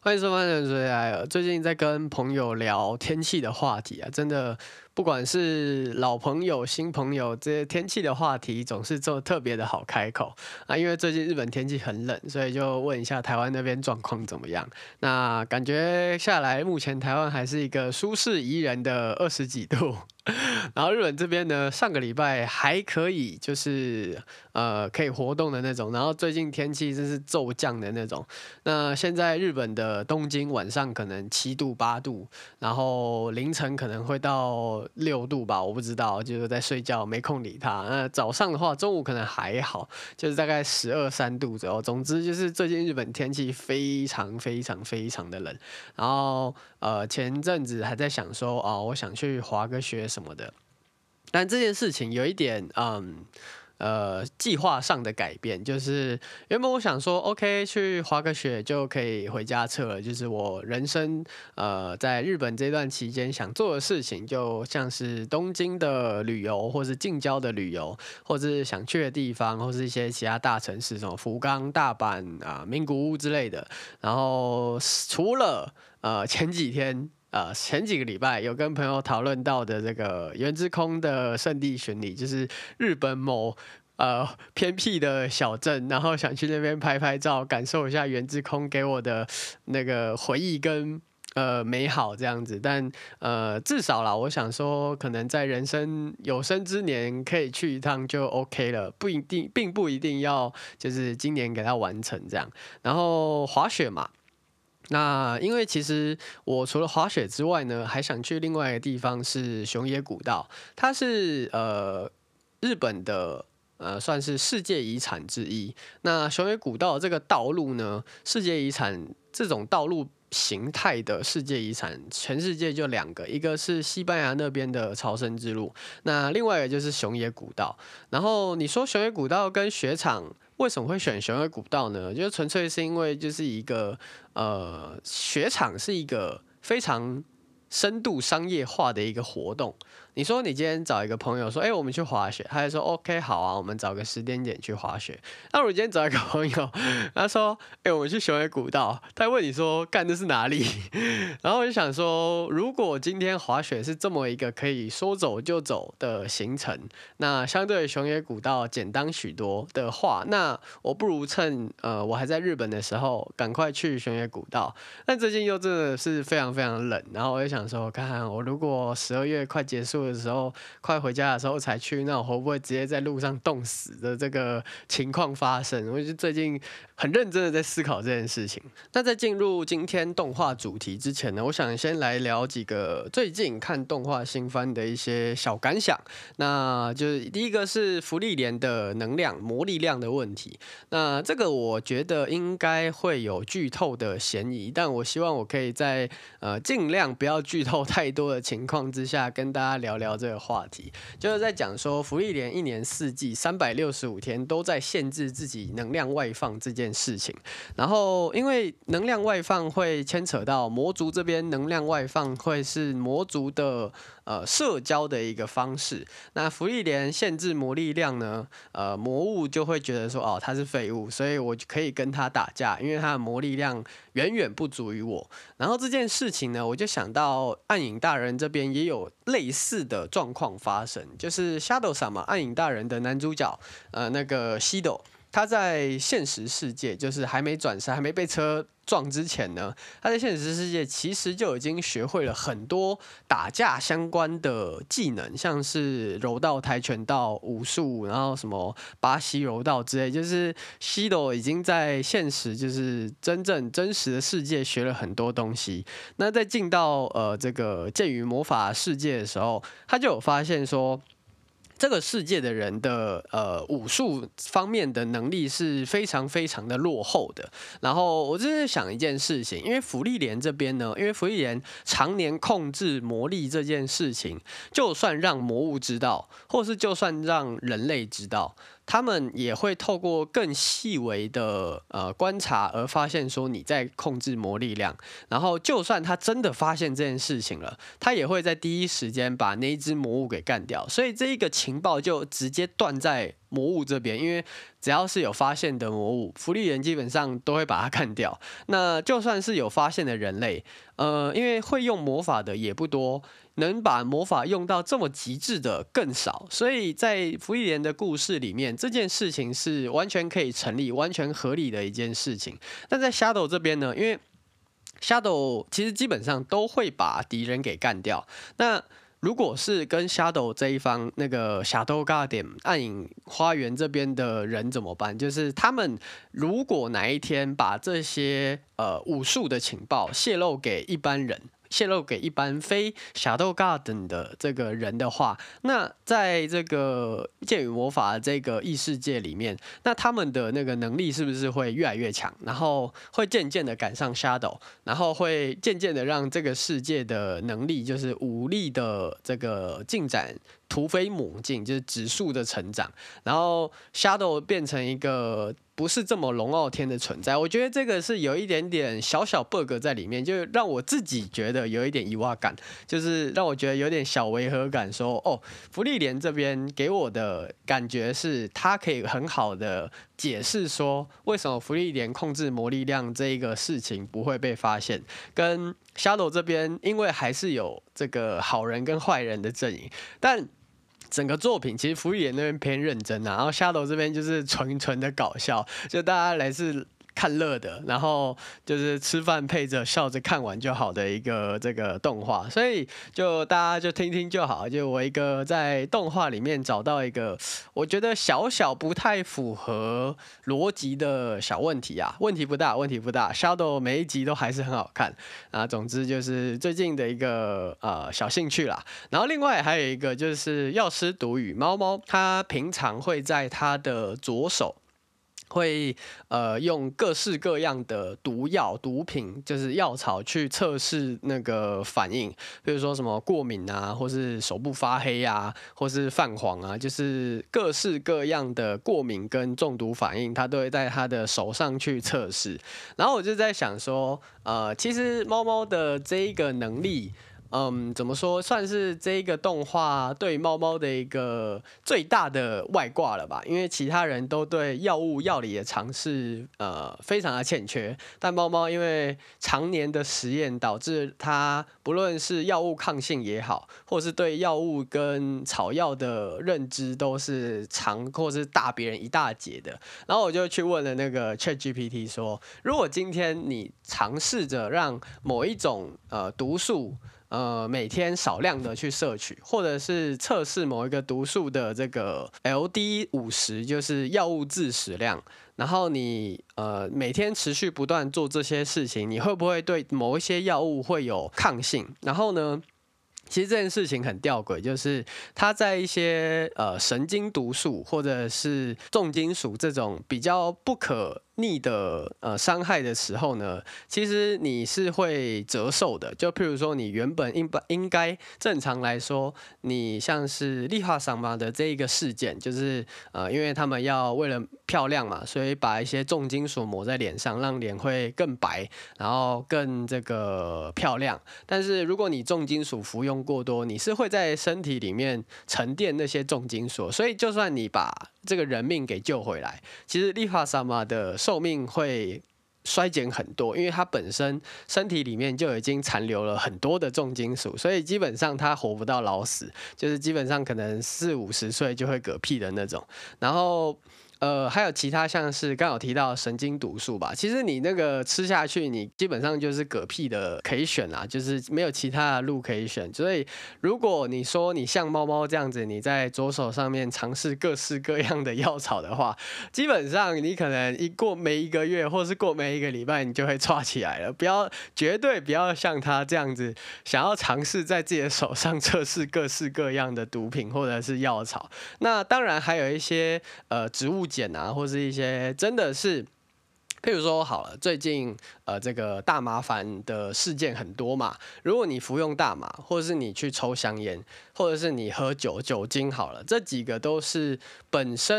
欢迎收看《人水来了》。最近在跟朋友聊天气的话题啊，真的不管是老朋友、新朋友，这些天气的话题总是做特别的好开口啊。因为最近日本天气很冷，所以就问一下台湾那边状况怎么样。那感觉下来，目前台湾还是一个舒适宜人的20几度。然后日本这边呢，上个礼拜还可以，就是可以活动的那种。然后最近天气真是骤降的那种。那现在日本的东京晚上可能7度、8度，然后凌晨可能会到6度吧，我不知道，就是在睡觉没空理它。那早上的话，中午可能还好，就是大概12、3度左右。总之就是最近日本天气非常非常非常的冷。然后前阵子还在想说我想去滑个雪什么的，但这件事情有一点计划上的改变，就是原本我想说 OK 去滑个雪就可以回家撤了，就是我人生在日本这段期间想做的事情，就像是东京的旅游，或是近郊的旅游，或是想去的地方，或是一些其他大城市，什么福冈、大阪名古屋之类的。然后除了前几天。前几个礼拜有跟朋友讨论到的这个原之空的圣地巡礼，就是日本某偏僻的小镇，然后想去那边拍拍照，感受一下原之空给我的那个回忆跟美好这样子。但至少啦，我想说，可能在人生有生之年可以去一趟就 OK 了，不一定，并不一定要就是今年给它完成这样。然后滑雪嘛。那因为其实我除了滑雪之外呢，还想去另外一个地方是熊野古道，它是日本的算是世界遗产之一。那熊野古道这个道路呢，世界遗产这种道路形态的世界遗产，全世界就2个，一个是西班牙那边的朝圣之路，那另外一个就是熊野古道。然后你说熊野古道跟雪场为什么会选熊野古道呢？就纯粹是因为就是一个雪场是一个非常深度商业化的一个活动。你说你今天找一个朋友说，我们去滑雪，他就说 OK 好啊，我们找个时间点去滑雪。那如果今天找一个朋友，他说我们去熊野古道，他问你说干的是哪里？然后我就想说，如果今天滑雪是这么一个可以说走就走的行程，那相对熊野古道简单许多的话，那我不如趁我还在日本的时候，赶快去熊野古道。但最近又真的是非常非常冷，然后我就想说，看我如果12月快结束的时候，快回家的时候才去，那我会不会直接在路上冻死的这个情况发生？我就最近很认真的在思考这件事情。那在进入今天动画主题之前呢，我想先来聊几个最近看动画新番的一些小感想。那就是第一个是芙莉莲的能量魔力量的问题。那这个我觉得应该会有剧透的嫌疑，但我希望我可以在尽量不要剧透太多的情况之下，跟大家聊聊这个话题。就是在讲说芙莉莲1年4季365天都在限制自己能量外放这件事情。然后因为能量外放会牵扯到魔族这边，能量外放会是魔族的社交的一个方式。那芙莉莲限制魔力量呢，魔物就会觉得说他是废物，所以我可以跟他打架，因为他的魔力量远远不足于我。然后这件事情呢，我就想到暗影大人这边也有类似的状况发生，就是 Shadow sama 嘛，暗影大人的男主角那个西斗。他在现实世界，就是还没转身、还没被车撞之前呢，他在现实世界其实就已经学会了很多打架相关的技能，像是柔道、跆拳道、武术，然后什么巴西柔道之类，就是西斗已经在现实，就是真实的世界学了很多东西。那在进到这个剑与魔法世界的时候，他就有发现说，这个世界的人的武术方面的能力是非常非常的落后的。然后我就是想一件事情，因为芙莉莲这边呢，因为芙莉莲常年控制魔力这件事情，就算让魔物知道，或是就算让人类知道，他们也会透过更细微的观察而发现说你在控制魔力量。然后就算他真的发现这件事情了，他也会在第一时间把那一只魔物给干掉。所以这一个情报就直接断在魔物这边，因为只要是有发现的魔物，芙莉莲基本上都会把它干掉。那就算是有发现的人类，因为会用魔法的也不多，能把魔法用到这么极致的更少，所以在芙莉莲的故事里面，这件事情是完全可以成立、完全合理的一件事情。但在 Shadow 这边呢，因为 Shadow 其实基本上都会把敌人给干掉。那如果是跟 Shadow 这一方那个 Shadow Garden 暗影花园这边的人怎么办？就是他们如果哪一天把这些武术的情报泄露给一般人。泄露给一般非 Shadow Garden 的这个人的话，那在这个剑与魔法的这个异世界里面，那他们的那个能力是不是会越来越强？然后会渐渐的赶上 Shadow， 然后会渐渐的让这个世界的能力，就是武力的这个进展突飞猛进，就是指数的成长，然后 Shadow 变成一个不是这么龙傲天的存在。我觉得这个是有一点点小小 bug 在里面，就让我自己觉得有一点疑惑感，就是让我觉得有点小违和感说哦，芙莉莲这边给我的感觉是，他可以很好的解释说，为什么芙莉莲控制魔力量这一个事情不会被发现，跟 Shadow 这边因为还是有这个好人跟坏人的阵营，但整个作品其实芙莉莲那边偏认真啊，然后 Shadow 这边就是纯纯的搞笑，就大家来自看乐的，然后就是吃饭配着笑着看完就好的一个这个动画，所以就大家就听听就好。就我一个在动画里面找到一个我觉得小小不太符合逻辑的小问题啊，问题不大，问题不大。Shadow 每一集都还是很好看啊。总之就是最近的一个小兴趣啦。然后另外还有一个就是药师毒语猫猫，它平常会在它的左手。会用各式各样的毒药、毒品，就是药草去测试那个反应，比如说什么过敏啊，或是手部发黑啊，或是泛黄啊，就是各式各样的过敏跟中毒反应，他都会在他的手上去测试。然后我就在想说，其实猫猫的这一个能力。怎么说，算是这一个动画对猫猫的一个最大的外挂了吧？因为其他人都对药物药理的尝试非常的欠缺，但猫猫因为常年的实验导致它不论是药物抗性也好，或是对药物跟草药的认知都是长或是大别人一大截的。然后我就去问了那个 ChatGPT 说，如果今天你尝试着让某一种毒素每天少量的去摄取，或者是测试某一个毒素的这个 LD50，就是药物致死量。然后你每天持续不断做这些事情，你会不会对某一些药物会有抗性？然后呢？其实这件事情很吊诡，就是它在一些神经毒素或者是重金属这种比较不可逆的伤害的时候呢，其实你是会折寿的。就譬如说，你原本应该正常来说，你像是利华桑嘛的这一个事件，就是因为他们要为了漂亮嘛，所以把一些重金属抹在脸上，让脸会更白，然后更这个漂亮。但是如果你重金属服用过多，你是会在身体里面沉淀那些重金属，所以就算你把这个人命给救回来，其实利华萨玛的寿命会衰减很多，因为它本身身体里面就已经残留了很多的重金属，所以基本上它活不到老死，就是基本上可能40-50岁就会嗝屁的那种。然后还有其他像是刚有提到神经毒素吧，其实你那个吃下去，你基本上就是嗝屁的可以选啦，就是没有其他的路可以选。所以如果你说你像猫猫这样子，你在左手上面尝试各式各样的药草的话，基本上你可能过没一个月，或是过没一个礼拜，你就会抓起来了。绝对不要像他这样子，想要尝试在自己的手上测试各式各样的毒品或者是药草。那当然还有一些植物碱啊，或是一些真的是，譬如说好了，最近这个大麻烦的事件很多嘛。如果你服用大麻，或者是你去抽香烟，或者是你喝酒精好了，这几个都是本身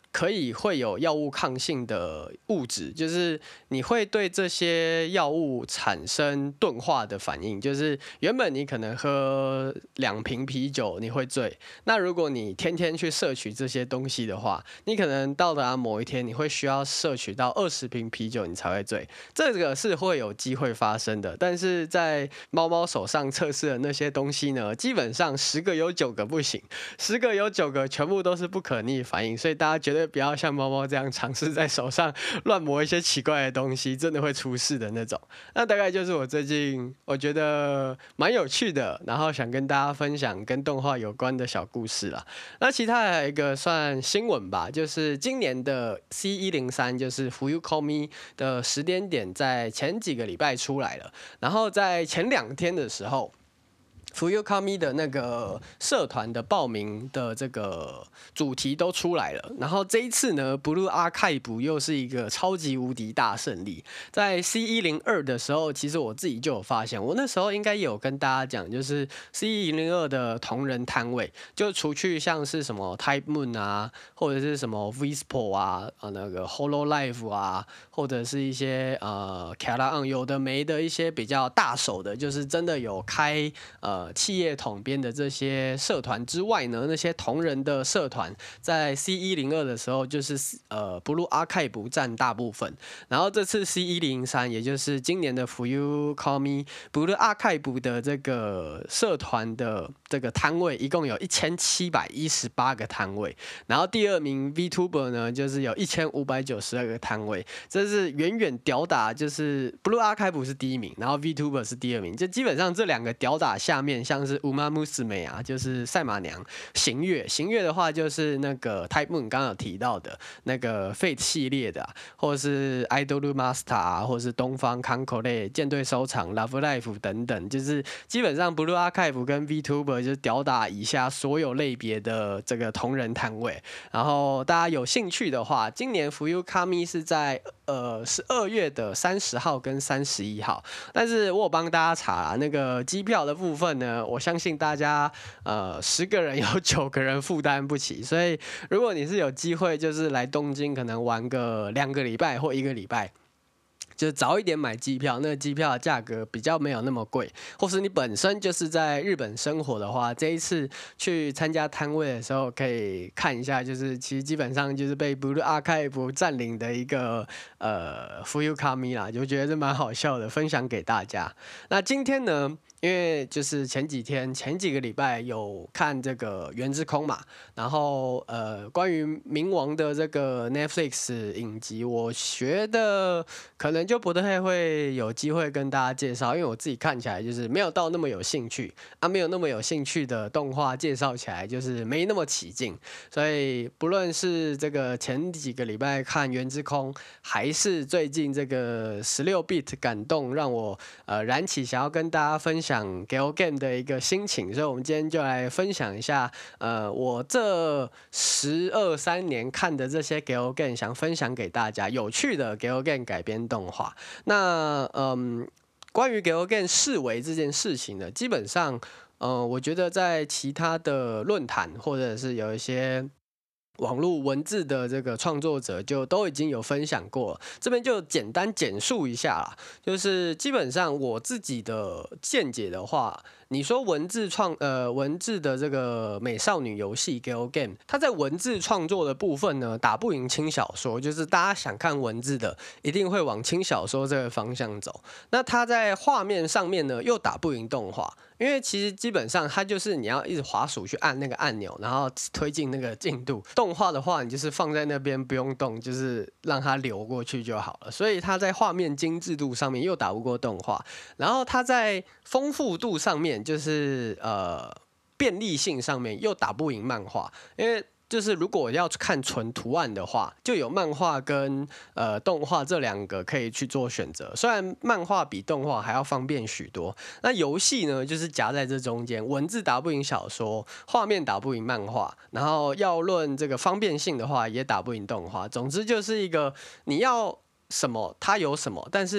会有药物抗性的物质，就是你会对这些药物产生钝化的反应，就是原本你可能喝2瓶啤酒你会醉，那如果你天天去摄取这些东西的话，你可能到达某一天你会需要摄取到20瓶啤酒你才会醉，这个是会有机会发生的。但是在猫猫手上测试的那些东西呢，基本上10个有9个不行，10个有9个全部都是不可逆反应，所以大家绝对不要像猫猫这样尝试在手上乱磨一些奇怪的东西，真的会出事的那种。那大概就是我最近我觉得蛮有趣的，然后想跟大家分享跟动画有关的小故事啦。那其他还有一个算新闻吧，就是今年的 C103，就是 Will You Call Me 的时间点在前几个礼拜出来了，然后在前2天的时候。Will You Call Me 的那个社团的报名的这个主题都出来了，然后这一次呢 ，Blue Archive 又是一个超级无敌大胜利。在 C102的时候，其实我自己就有发现，我那时候应该也有跟大家讲，就是 C102的同人摊位，就除去像是什么 Type Moon 啊，或者是什么 Vispo 啊，那个 Hololive 啊，或者是一些Kara 有的没的一些比较大手的，就是真的有开企业统编的这些社团之外呢，那些同人的社团在 C102的时候，就是Blue Archive 占大部分。然后这次 C103，也就是今年的 Will You Call Me Blue Archive 的这个社团的这个摊位，一共有1718个摊位。然后第2名 VTuber 呢，就是有1592个摊位，这是远远吊打，就是 Blue Archive 是第1名，然后 VTuber 是第2名，就基本上这2个吊打下面。像是Uma Musume啊，就是赛马娘，行月的话就是那个 Type Moon 刚刚有提到的那个 Fate 系列的或者是 Idol Master 啊，或者是东方 Kanko 类舰队收藏 Love Life 等等，就是基本上 Blue Archive 跟 VTuber 就是吊打以下所有类别的这个同人摊位。然后大家有兴趣的话，今年 Will You Call Me 是在12月的30号跟31号，但是我有帮大家查那个机票的部分呢，我相信大家10个人有9个人负担不起，所以如果你是有机会就是来东京可能玩个2个礼拜或1个礼拜，就早一点买机票，那个机票的价格比较没有那么贵，或是你本身就是在日本生活的话，这一次去参加摊位的时候可以看一下，就是其实基本上就是被 Blue Archive 占领的一个Will You Call Me 啦，就觉得是蛮好笑的，分享给大家。那今天呢？因为就是前几个礼拜有看这个《原之空》嘛，然后关于冥王的这个 Netflix 影集，我觉得可能就不太会有机会跟大家介绍，因为我自己看起来就是没有到那么有兴趣啊，没有那么有兴趣的动画介绍起来就是没那么起劲，所以不论是这个前几个礼拜看《原之空》，还是最近这个16bit 感动，让我燃起想要跟大家分享Galgame 的一个心情，所以我们今天就来分享一下，我这12、13年看的这些 Galgame， 想分享给大家有趣的 Galgame 改编动画。那关于 Galgame 视为这件事情呢，基本上我觉得在其他的论坛或者是有一些网络文字的这个创作者就都已经有分享过了，这边就简单简述一下啦。就是基本上我自己的见解的话，你说文字的这个美少女游戏 Galgame， 它在文字创作的部分呢，打不赢轻小说，就是大家想看文字的，一定会往轻小说这个方向走。那它在画面上面呢，又打不赢动画。因为其实基本上它就是你要一直滑鼠去按那个按钮，然后推进那个进度。动画的话，你就是放在那边不用动，就是让它流过去就好了。所以它在画面精致度上面又打不过动画，然后它在丰富度上面就是便利性上面又打不赢漫画，因为就是如果要看纯图案的话，就有漫画跟动画这2个可以去做选择。虽然漫画比动画还要方便许多，那游戏呢就是夹在这中间，文字打不赢小说，画面打不赢漫画，然后要论这个方便性的话，也打不赢动画。总之就是一个你要什么它有什么，但是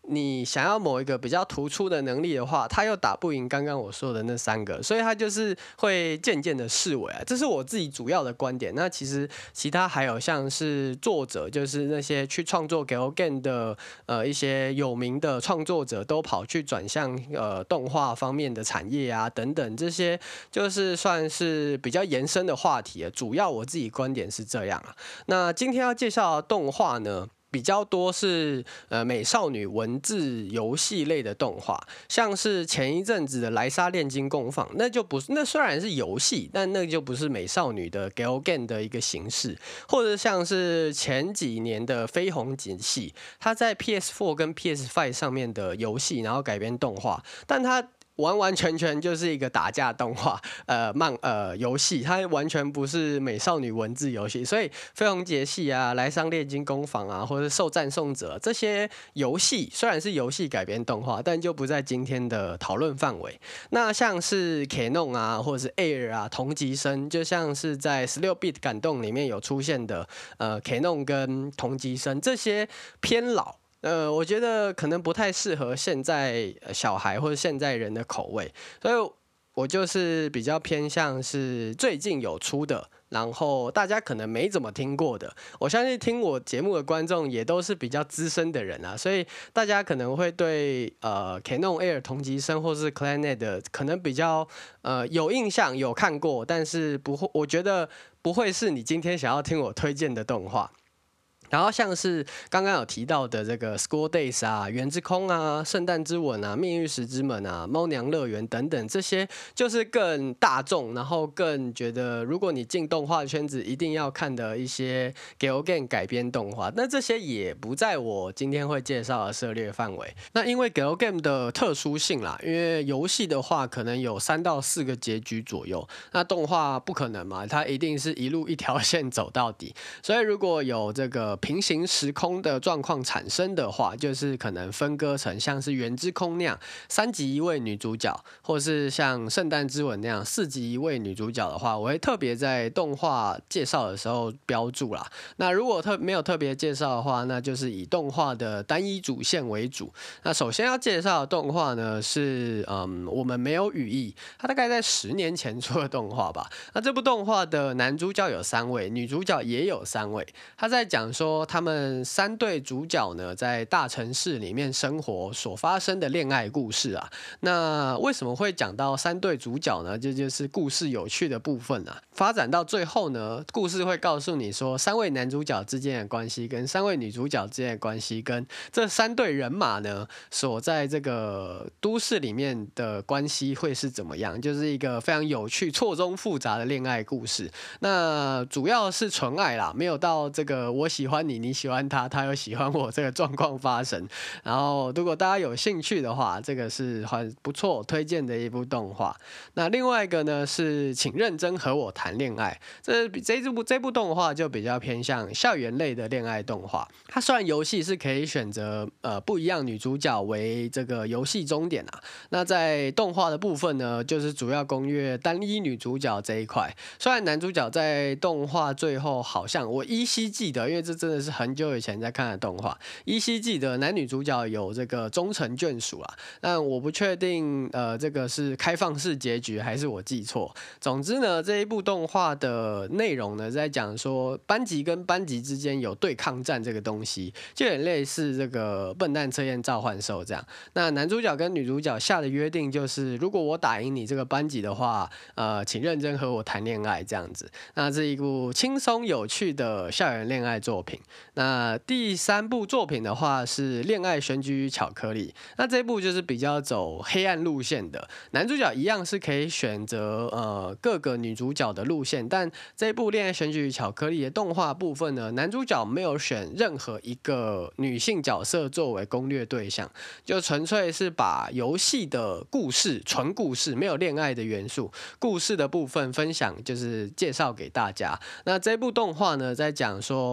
你想要某一个比较突出的能力的话，他又打不赢刚刚我说的那3个，所以他就是会渐渐的式微啊。这是我自己主要的观点。那其实其他还有像是作者，就是那些去创作 Galgame 的一些有名的创作者，都跑去转向动画方面的产业啊等等，这些就是算是比较延伸的话题了。主要我自己观点是这样啊。那今天要介绍的动画呢，比较多是美少女文字游戏类的动画，像是前一阵子的莱莎炼金工坊，那就不是，那虽然是游戏，但那就不是美少女的 Galgame 的一个形式，或者像是前几年的绯红节系，它在 PS4 跟 PS5 上面的游戏，然后改编动画，但它完完全全就是一个打架动画，游戏，它完全不是美少女文字游戏，所以绯红节系啊、来商炼金工坊啊，或者受战胜者这些游戏，虽然是游戏改编动画，但就不在今天的讨论范围。那像是 Canon 啊，或者是 Air 啊、同级生，就像是在16bit 感动里面有出现的Canon 跟同级生，这些偏老。我觉得可能不太适合现在小孩或者现在人的口味，所以我就是比较偏向是最近有出的，然后大家可能没怎么听过的。我相信听我节目的观众也都是比较资深的人啊，所以大家可能会对Canon Air 同级生或是 Clannad 的可能比较有印象、有看过，但是不会，我觉得不会是你今天想要听我推荐的动画。然后像是刚刚有提到的这个 School Days 啊、原之空啊、圣诞之吻啊、命运石之门啊、猫娘乐园等等，这些就是更大众，然后更觉得如果你进动画圈子一定要看的一些 Galgame 改编动画，那这些也不在我今天会介绍的涉猎范围。那因为 Galgame 的特殊性啦，因为游戏的话可能有3到4个结局左右，那动画不可能嘛，它一定是一路一条线走到底，所以如果有这个平行时空的状况产生的话，就是可能分割成像是原之空那样3集1位女主角，或是像圣诞之吻那样4集1位女主角的话，我会特别在动画介绍的时候标注啦。那如果没有特别介绍的话，那就是以动画的单一主线为主。那首先要介绍的动画呢是我们没有语义，它大概在10年前出的动画吧。那这部动画的男主角有3位，女主角也有3位。他在讲说他们3对主角呢，在大城市里面生活所发生的恋爱故事啊。那为什么会讲到3对主角呢？这就是故事有趣的部分啊。发展到最后呢，故事会告诉你说3位男主角之间的关系，跟3位女主角之间的关系，跟这3对人马呢，所在这个都市里面的关系会是怎么样？就是一个非常有趣、错综复杂的恋爱故事。那主要是纯爱啦，没有到这个我喜欢你，你喜欢他，他又喜欢我这个状况发生。然后，如果大家有兴趣的话，这个是很不错推荐的一部动画。那另外一个呢是，请认真和我谈恋爱。这部动画就比较偏向校园类的恋爱动画。它虽然游戏是可以选择不一样女主角为这个游戏终点啊，那在动画的部分呢，就是主要攻略单一女主角这一块。虽然男主角在动画最后好像我依稀记得，因为这真的是很久以前在看的动画，依稀记得男女主角有这个终成眷属啊，但我不确定这个是开放式结局还是我记错。总之呢，这一部动画的内容呢，在讲说班级跟班级之间有对抗战这个东西，就有点类似这个笨蛋测验召唤兽这样。那男主角跟女主角下的约定就是，如果我打赢你这个班级的话，请认真和我谈恋爱这样子。那这一部轻松有趣的校园恋爱作品。那第3部作品的话是《恋爱选举与巧克力》，那这一部就是比较走黑暗路线的，男主角一样是可以选择各个女主角的路线，但这一部《恋爱选举与巧克力》的动画部分呢，男主角没有选任何一个女性角色作为攻略对象，就纯粹是把游戏的故事，纯故事，没有恋爱的元素，故事的部分分享就是介绍给大家。那这部动画呢，在讲说社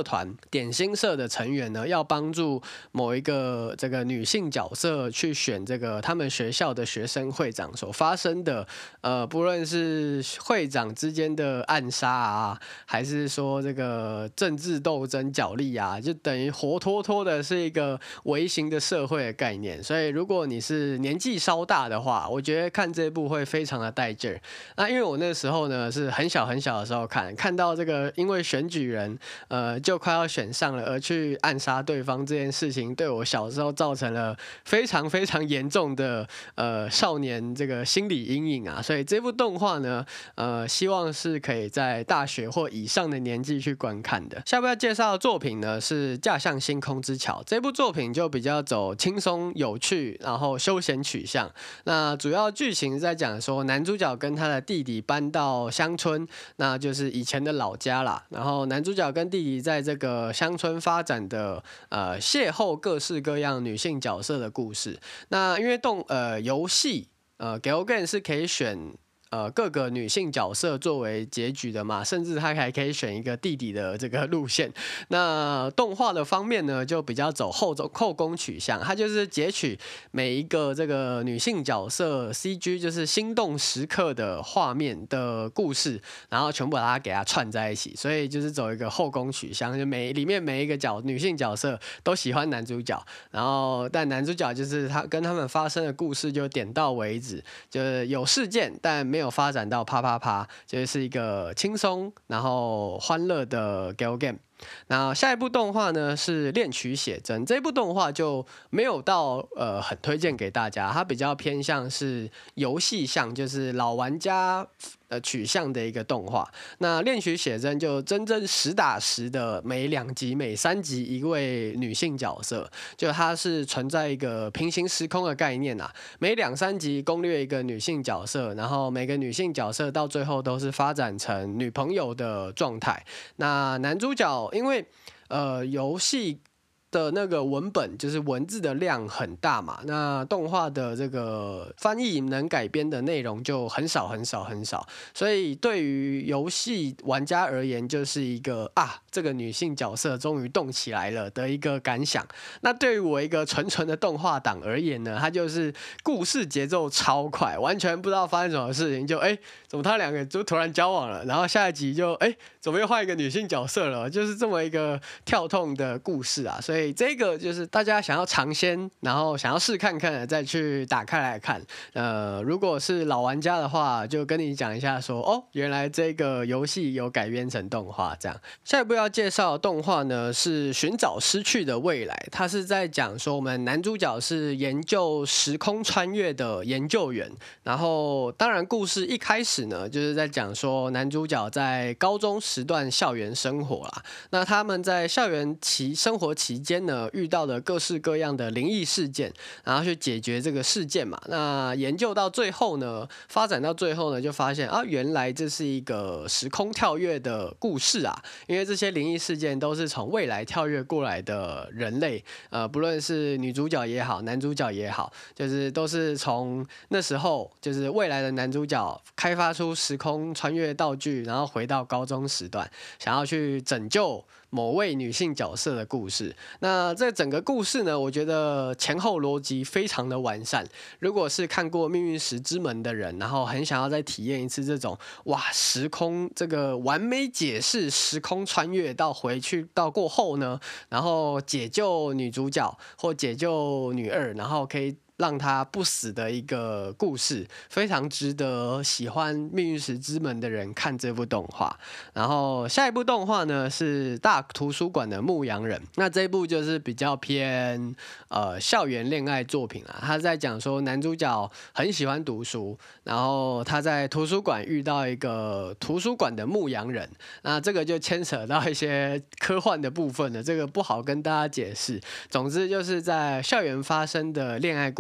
团点心社的成员呢，要帮助某一个这个女性角色去选这个他们学校的学生会长所发生的不论是会长之间的暗杀啊，还是说这个政治斗争角力啊，就等于活脱脱的是一个微型的社会的概念。所以如果你是年纪稍大的话，我觉得看这部会非常的带劲儿。那因为我那时候呢是很小很小的时候看到这个因为选举人就快要选上了而去暗杀对方这件事情，对我小时候造成了非常非常严重的少年这个心理阴影啊。所以这部动画呢希望是可以在大学或以上的年纪去观看的。下部要介绍的作品呢是《驾向星空之桥》，这部作品就比较走轻松有趣然后休闲取向。那主要剧情在讲说男主角跟他的弟弟搬到乡村，那就是以前的老家啦。然后男主角跟弟弟在这个乡村发展的邂逅各式各样女性角色的故事。那因为游戏Galgame 是可以选各个女性角色作为结局的嘛，甚至他还可以选一个弟弟的这个路线。那动画的方面呢，就比较走后宫取向，它就是截取每一个这个女性角色 CG 就是心动时刻的画面的故事，然后全部把它给它串在一起，所以就是走一个后宫取向，就里面每一个女性角色都喜欢男主角，然后但男主角就是他跟他们发生的故事就点到为止，就是有事件但没有发展到啪啪啪，就是一个轻松然后欢乐的 Galgame。那下一部动画呢是《恋曲写真》，这部动画就没有到很推荐给大家，它比较偏向是游戏向，就是老玩家取向的一个动画。那《恋曲写真》就真正实打实的每2集每3集一位女性角色，就它是存在一个平行时空的概念啊，每2、3集攻略一个女性角色，然后每个女性角色到最后都是发展成女朋友的状态。那男主角因为游戏的那个文本就是文字的量很大嘛，那动画的这个翻译能改编的内容就很少很少很少，所以对于游戏玩家而言就是一个这个女性角色终于动起来了的一个感想。那对于我一个纯纯的动画党而言呢，它就是故事节奏超快，完全不知道发生什么事情，就怎么他2个就突然交往了，然后下一集就怎么又换一个女性角色了，就是这么一个跳动的故事啊。所以这个就是大家想要尝鲜，然后想要试看看的再去打开来看。如果是老玩家的话，就跟你讲一下说原来这个游戏有改编成动画这样。下一部要介绍的动画呢是《寻找失去的未来》，它是在讲说我们男主角是研究时空穿越的研究员，然后当然故事一开始呢就是在讲说男主角在高中时段校园生活啦，那他们在校园生活期间呢遇到的各式各样的灵异事件，然后去解决这个事件嘛。那研究到最后呢，发展到最后呢，就发现原来这是一个时空跳跃的故事啊，因为这些灵异事件都是从未来跳跃过来的人类，不论是女主角也好，男主角也好，就是都是从那时候就是未来的男主角开发出时空穿越道具，然后回到高中时段，想要去拯救某位女性角色的故事。那这整个故事呢，我觉得前后逻辑非常的完善。如果是看过《命运石之门》的人，然后很想要再体验一次这种时空这个完美解释时空穿越到回去到过后呢，然后解救女主角或解救女二，然后可以让他不死的一个故事，非常值得喜欢《命运石之门》的人看这部动画。然后下一部动画呢是大图书馆的牧羊人，那这一部就是比较偏校园恋爱作品啦。他在讲说男主角很喜欢读书，然后他在图书馆遇到一个图书馆的牧羊人，那这个就牵扯到一些科幻的部分了，这个不好跟大家解释。总之就是在校园发生的恋爱故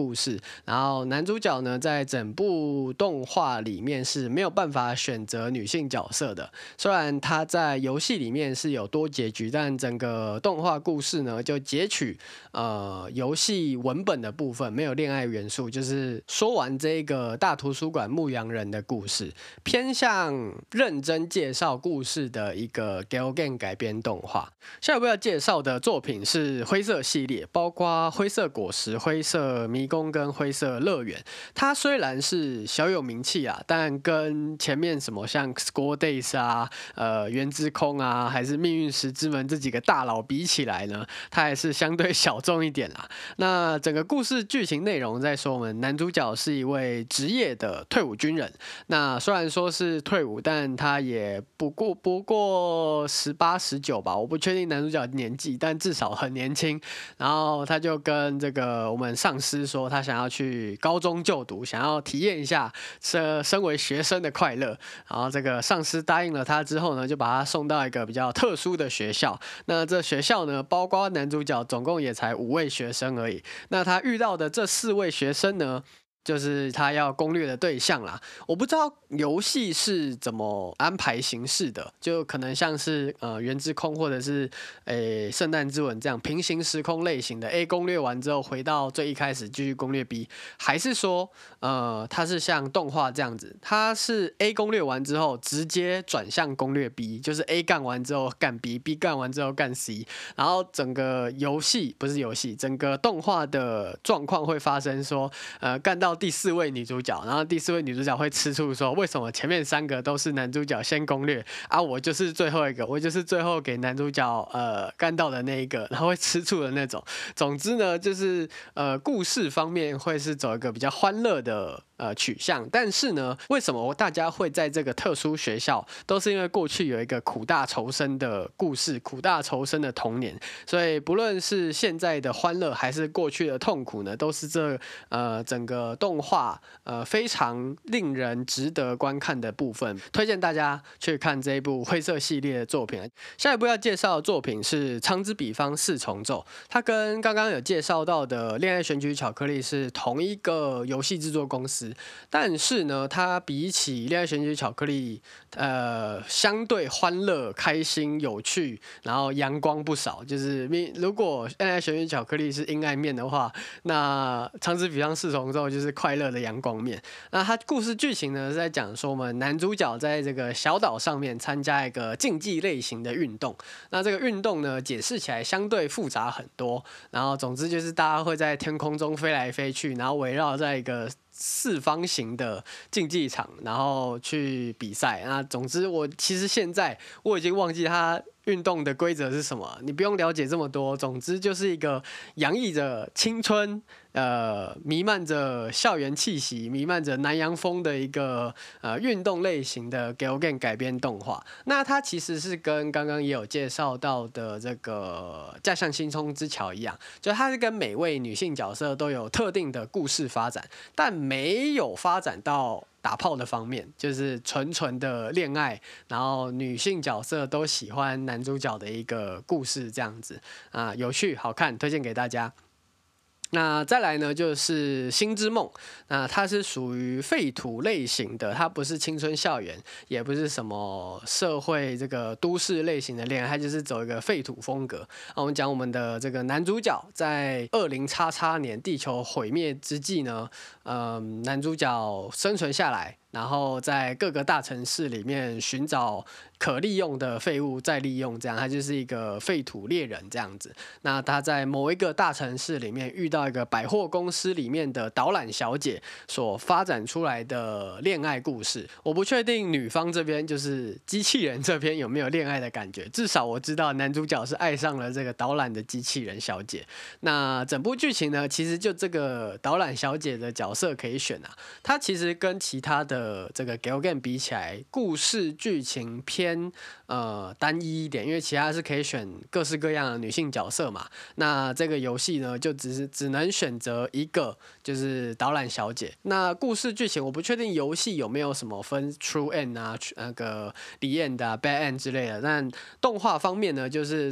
故事。然后男主角呢，在整部动画里面是没有办法选择女性角色的。虽然他在游戏里面是有多结局，但整个动画故事呢，就截取游戏文本的部分，没有恋爱元素，就是说完这个大图书馆牧羊人的故事，偏向认真介绍故事的一个 Galgame 改编动画。下一部要介绍的作品是灰色系列，包括灰色果实、灰色迷宫跟灰色乐园。它虽然是小有名气啊，但跟前面什么像 Score Days 啊、原之空啊，还是命运石之门这几个大佬比起来呢，它还是相对小众一点啦。那整个故事剧情内容在说，我们男主角是一位职业的退伍军人。那虽然说是退伍，但他也不过18、19吧，我不确定男主角的年纪，但至少很年轻。然后他就跟这个我们上司说，他想要去高中就读，想要体验一下身为学生的快乐。然后这个上司答应了他之后呢，就把他送到一个比较特殊的学校。那这学校呢，包括男主角总共也才5位学生而已。那他遇到的这4位学生呢，就是他要攻略的对象啦。我不知道游戏是怎么安排形式的，就可能像是原之空或者是圣诞之吻这样平行时空类型的 A 攻略完之后回到最一开始继续攻略 B， 还是说它是像动画这样子，它是 A 攻略完之后直接转向攻略 B， 就是 A 干完之后干 B，B 干完之后干 C， 然后整个游戏不是游戏，整个动画的状况会发生说干到第4位女主角，然后第4位女主角会吃醋说，为什么前面3个都是男主角先攻略啊，我就是最后一个，我就是最后给男主角干到的那一个，然后会吃醋的那种。总之呢，就是故事方面会是走一个比较欢乐的取向，但是呢，为什么大家会在这个特殊学校，都是因为过去有一个苦大仇深的故事，苦大仇深的童年，所以不论是现在的欢乐还是过去的痛苦呢，都是这整个动画非常令人值得观看的部分，推荐大家去看这一部灰色系列的作品。下一部要介绍的作品是《苍之彼方四重奏》，它跟刚刚有介绍到的《恋爱选举巧克力》是同一个游戏制作公司，但是呢，它比起《恋爱选举巧克力》相对欢乐、开心、有趣，然后阳光不少。就是如果《恋爱选举巧克力》是阴暗面的话，那《苍之彼方四重奏》就是快乐的阳光面。那它故事剧情呢是在讲说，我们男主角在这个小岛上面参加一个竞技类型的运动。那这个运动呢，解释起来相对复杂很多。然后总之就是大家会在天空中飞来飞去，然后围绕在一个4方形的竞技场，然后去比赛。那总之，其实现在我已经忘记它运动的规则是什么，你不用了解这么多。总之就是一个洋溢着青春，弥漫着校园气息，弥漫着南洋风的一个运动类型的 Galgame 改编动画。那它其实是跟刚刚也有介绍到的这个《驾向星空之桥》一样，就它是跟每位女性角色都有特定的故事发展，但没有发展到打炮的方面，就是纯纯的恋爱，然后女性角色都喜欢男主角的一个故事，这样子啊，有趣好看，推荐给大家。那再来呢，就是《星之梦》，那它是属于废土类型的，它不是青春校园，也不是什么社会这个都市类型的恋爱，它就是走一个废土风格。我们讲我们的这个男主角在20XX年地球毁灭之际呢，男主角生存下来，然后在各个大城市里面寻找可利用的废物再利用，这样他就是一个废土猎人这样子。那他在某一个大城市里面遇到一个百货公司里面的导览小姐所发展出来的恋爱故事。我不确定女方这边就是机器人这边有没有恋爱的感觉，至少我知道男主角是爱上了这个导览的机器人小姐。那整部剧情呢，其实就这个导览小姐的角色可以选啊，她其实跟其他的这个 Galgame 比起来，故事剧情偏单一一点，因为其他是可以选各式各样的女性角色嘛。那这个游戏呢，就只能选择一个，就是导览小姐。那故事剧情我不确定游戏有没有什么分 True End 啊，那个 The End 啊 Bad End 之类的。但动画方面呢，就是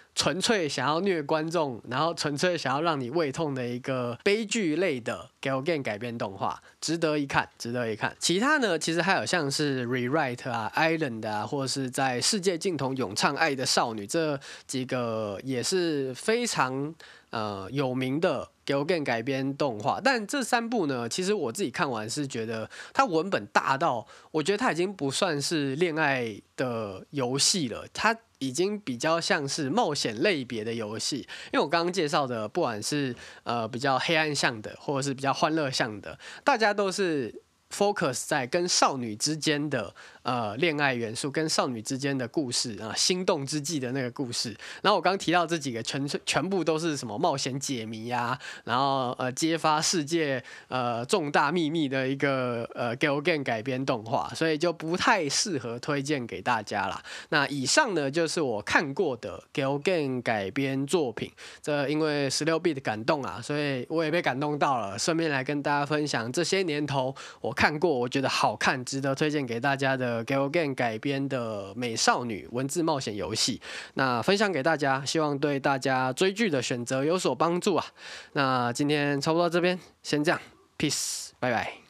纯粹想要虐观众，然后纯粹想要让你胃痛的一个悲剧类的 Galgame 改编动画，值得一看，值得一看。其他呢，其实还有像是 Rewrite 啊、Island 啊，或者是在世界尽头咏唱爱的少女这几个也是非常有名的 Galgame 改编动画。但这3部呢，其实我自己看完是觉得它文本大到，我觉得它已经不算是恋爱的游戏了，它已经比较像是冒险类别的游戏。因为我刚刚介绍的，不管是比较黑暗向的，或者是比较欢乐向的，大家都是 focus 在跟少女之间的恋爱元素，跟少女之间的故事啊，心动之际的那个故事。然后我刚提到这几个全部都是什么冒险解谜啊，然后揭发世界重大秘密的一个Galgame 改编动画，所以就不太适合推荐给大家啦。那以上呢就是我看过的 Galgame 改编作品，这因为16bit 的感动啊，所以我也被感动到了，顺便来跟大家分享这些年头我看过我觉得好看值得推荐给大家的 Galgame 改编的美少女文字冒险游戏，那分享给大家，希望对大家追剧的选择有所帮助啊。那今天差不多到这边，先这样 ，peace， 拜拜。